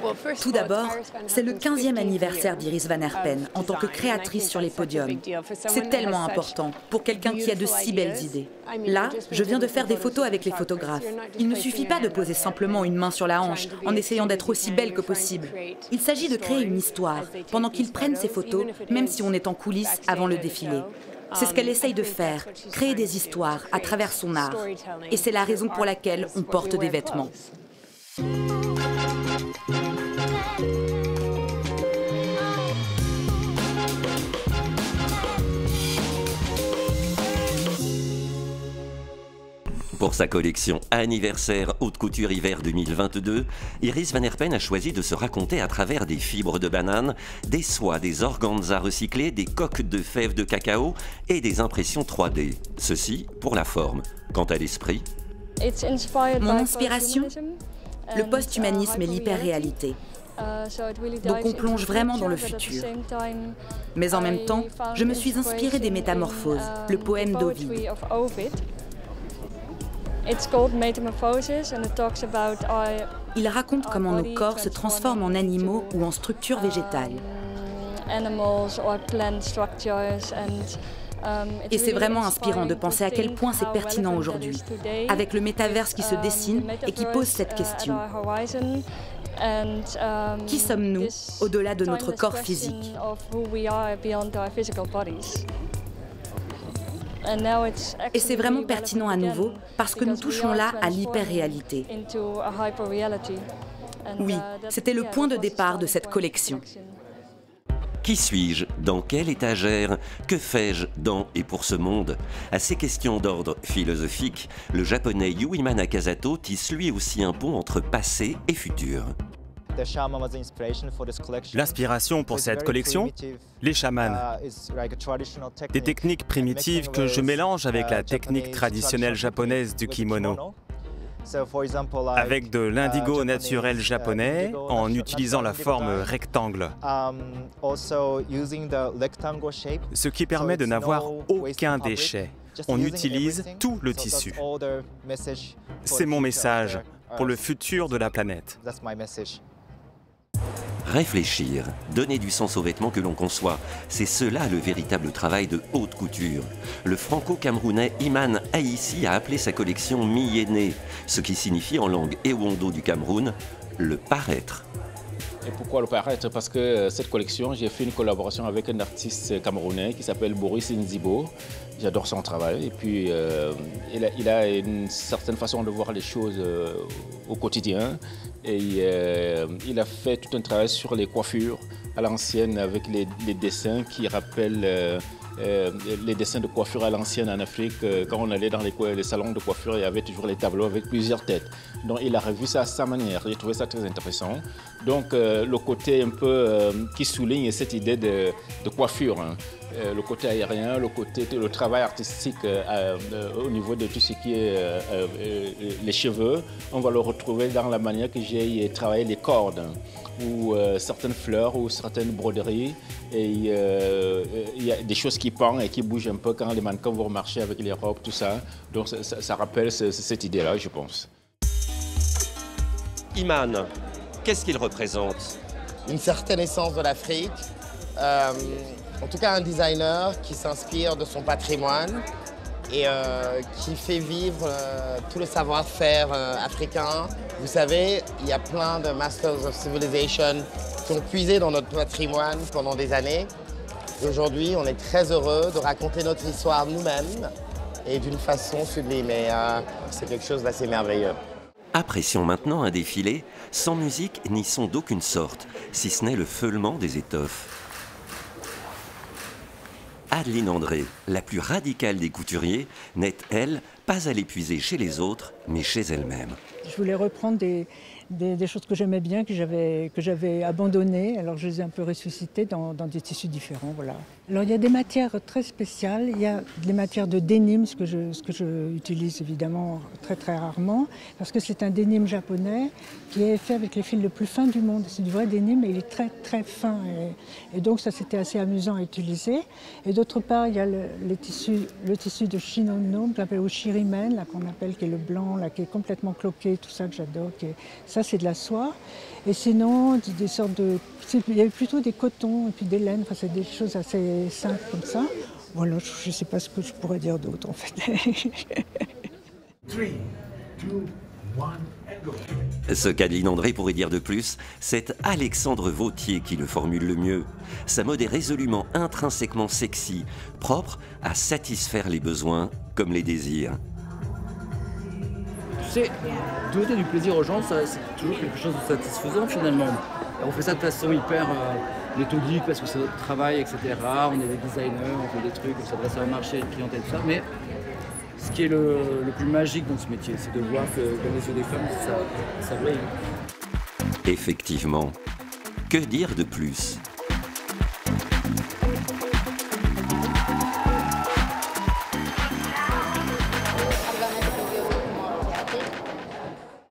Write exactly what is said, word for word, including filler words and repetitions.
Tout d'abord, c'est le quinzième anniversaire d'Iris Van Herpen en tant que créatrice sur les podiums. C'est tellement important pour quelqu'un qui a de si belles idées. Là, je viens de faire des photos avec les photographes. Il ne suffit pas de poser simplement une main sur la hanche en essayant d'être aussi belle que possible. Il s'agit de créer une histoire pendant qu'ils prennent ces photos, même si on est en coulisses avant le défilé. C'est ce qu'elle essaye de faire, créer des histoires à travers son art. Et c'est la raison pour laquelle on porte des vêtements. Pour sa collection anniversaire haute couture hiver deux mille vingt-deux, Iris Van Herpen a choisi de se raconter à travers des fibres de banane, des soies, des organzas recyclés, des coques de fèves de cacao et des impressions trois D. Ceci pour la forme. Quant à l'esprit, mon inspiration, le post-humanisme et l'hyper-réalité. Donc on plonge vraiment dans le futur. Mais en même temps, je me suis inspirée des Métamorphoses, le poème d'Ovide. Il raconte comment nos corps se transforment en animaux ou en structures végétales. Et c'est vraiment inspirant de penser à quel point c'est pertinent aujourd'hui, avec le métaverse qui se dessine et qui pose cette question. Qui sommes-nous au-delà de notre corps physique ? Et c'est vraiment pertinent à nouveau parce que nous touchons là à l'hyper-réalité. Oui, c'était le point de départ de cette collection. Qui suis-je? Dans quelle étagère? Que fais-je dans et pour ce monde? À ces questions d'ordre philosophique, le japonais Yuima Nakazato tisse lui aussi un pont entre passé et futur. L'inspiration pour cette collection, les chamans. Des techniques primitives que je mélange avec la technique traditionnelle japonaise du kimono. Avec de l'indigo naturel japonais en utilisant la forme rectangle. Ce qui permet de n'avoir aucun déchet. On utilise tout le tissu. C'est mon message pour le futur de la planète. Réfléchir, donner du sens aux vêtements que l'on conçoit, c'est cela le véritable travail de haute couture. Le franco-camerounais Iman Aïssi a appelé sa collection Mi-Yéné, ce qui signifie en langue ewondo du Cameroun, le paraître. Et pourquoi le paraître? Parce que cette collection, j'ai fait une collaboration avec un artiste camerounais qui s'appelle Boris Nzibo. J'adore son travail et puis euh, il, a, il a une certaine façon de voir les choses euh, au quotidien et euh, il a fait tout un travail sur les coiffures à l'ancienne avec les, les dessins qui rappellent euh, euh, les dessins de coiffure à l'ancienne en Afrique. Euh, quand on allait dans les, les salons de coiffure, il y avait toujours les tableaux avec plusieurs têtes. Donc il a revu ça à sa manière, j'ai trouvé ça très intéressant. Donc euh, le côté un peu euh, qui souligne cette idée de, de coiffure, hein. Euh, le côté aérien, le côté, le travail artistique euh, euh, au niveau de tout ce qui est euh, euh, les cheveux, on va le retrouver dans la manière que j'ai travaillé les cordes, ou euh, certaines fleurs, ou certaines broderies. Et euh, il y a des choses qui pendent et qui bougent un peu quand les mannequins vont marcher avec les robes, tout ça. Donc ça, ça, ça rappelle ce, cette idée-là, je pense. Iman, qu'est-ce qu'il représente? Une certaine essence de l'Afrique. Euh, En tout cas, un designer qui s'inspire de son patrimoine et euh, qui fait vivre euh, tout le savoir-faire euh, africain. Vous savez, il y a plein de Masters of Civilization qui ont puisé dans notre patrimoine pendant des années. Aujourd'hui, on est très heureux de raconter notre histoire nous-mêmes et d'une façon sublime. Et euh, c'est quelque chose d'assez merveilleux. Apprécions maintenant un défilé sans musique ni son d'aucune sorte, si ce n'est le feulement des étoffes. Adeline André, la plus radicale des couturiers, n'est, elle, pas à l'épuiser chez les autres, mais chez elle-même. Je voulais reprendre des, des, des choses que j'aimais bien, que j'avais que j'avais abandonnées, alors je les ai un peu ressuscitées dans, dans des tissus différents. Voilà. Alors il y a des matières très spéciales, il y a des matières de denim, ce que je, ce que je utilise évidemment très très rarement, parce que c'est un denim japonais qui est fait avec les fils le plus fin du monde. C'est du vrai denim, mais il est très très fin, et, et donc ça c'était assez amusant à utiliser. Et d'autre part, il y a le, les tissus, le tissu de Shinono, qu'on appelle Ushirimen, là qu'on appelle, qui est le blanc, là, qui est complètement cloqué colorées, tout ça que j'adore. Ça, c'est de la soie. Et sinon, des sortes de... Il y avait plutôt des cotons et puis des laines. Enfin, c'est des choses assez simples comme ça. Voilà, je ne sais pas ce que je pourrais dire d'autre, en fait. Three, two, one, and go. Ce qu'Adeline André pourrait dire de plus, c'est Alexandre Vauthier qui le formule le mieux. Sa mode est résolument intrinsèquement sexy, propre à satisfaire les besoins comme les désirs. Tu sais, donner du plaisir aux gens, c'est toujours quelque chose de satisfaisant finalement. Et on fait ça de façon hyper euh, méthodique parce que c'est notre travail, et cetera. On est des designers, on fait des trucs, on s'adresse à un marché, à une clientèle, tout ça. Mais ce qui est le, le plus magique dans ce métier, c'est de voir que dans les yeux des femmes, ça, ça brille. Effectivement. Que dire de plus ?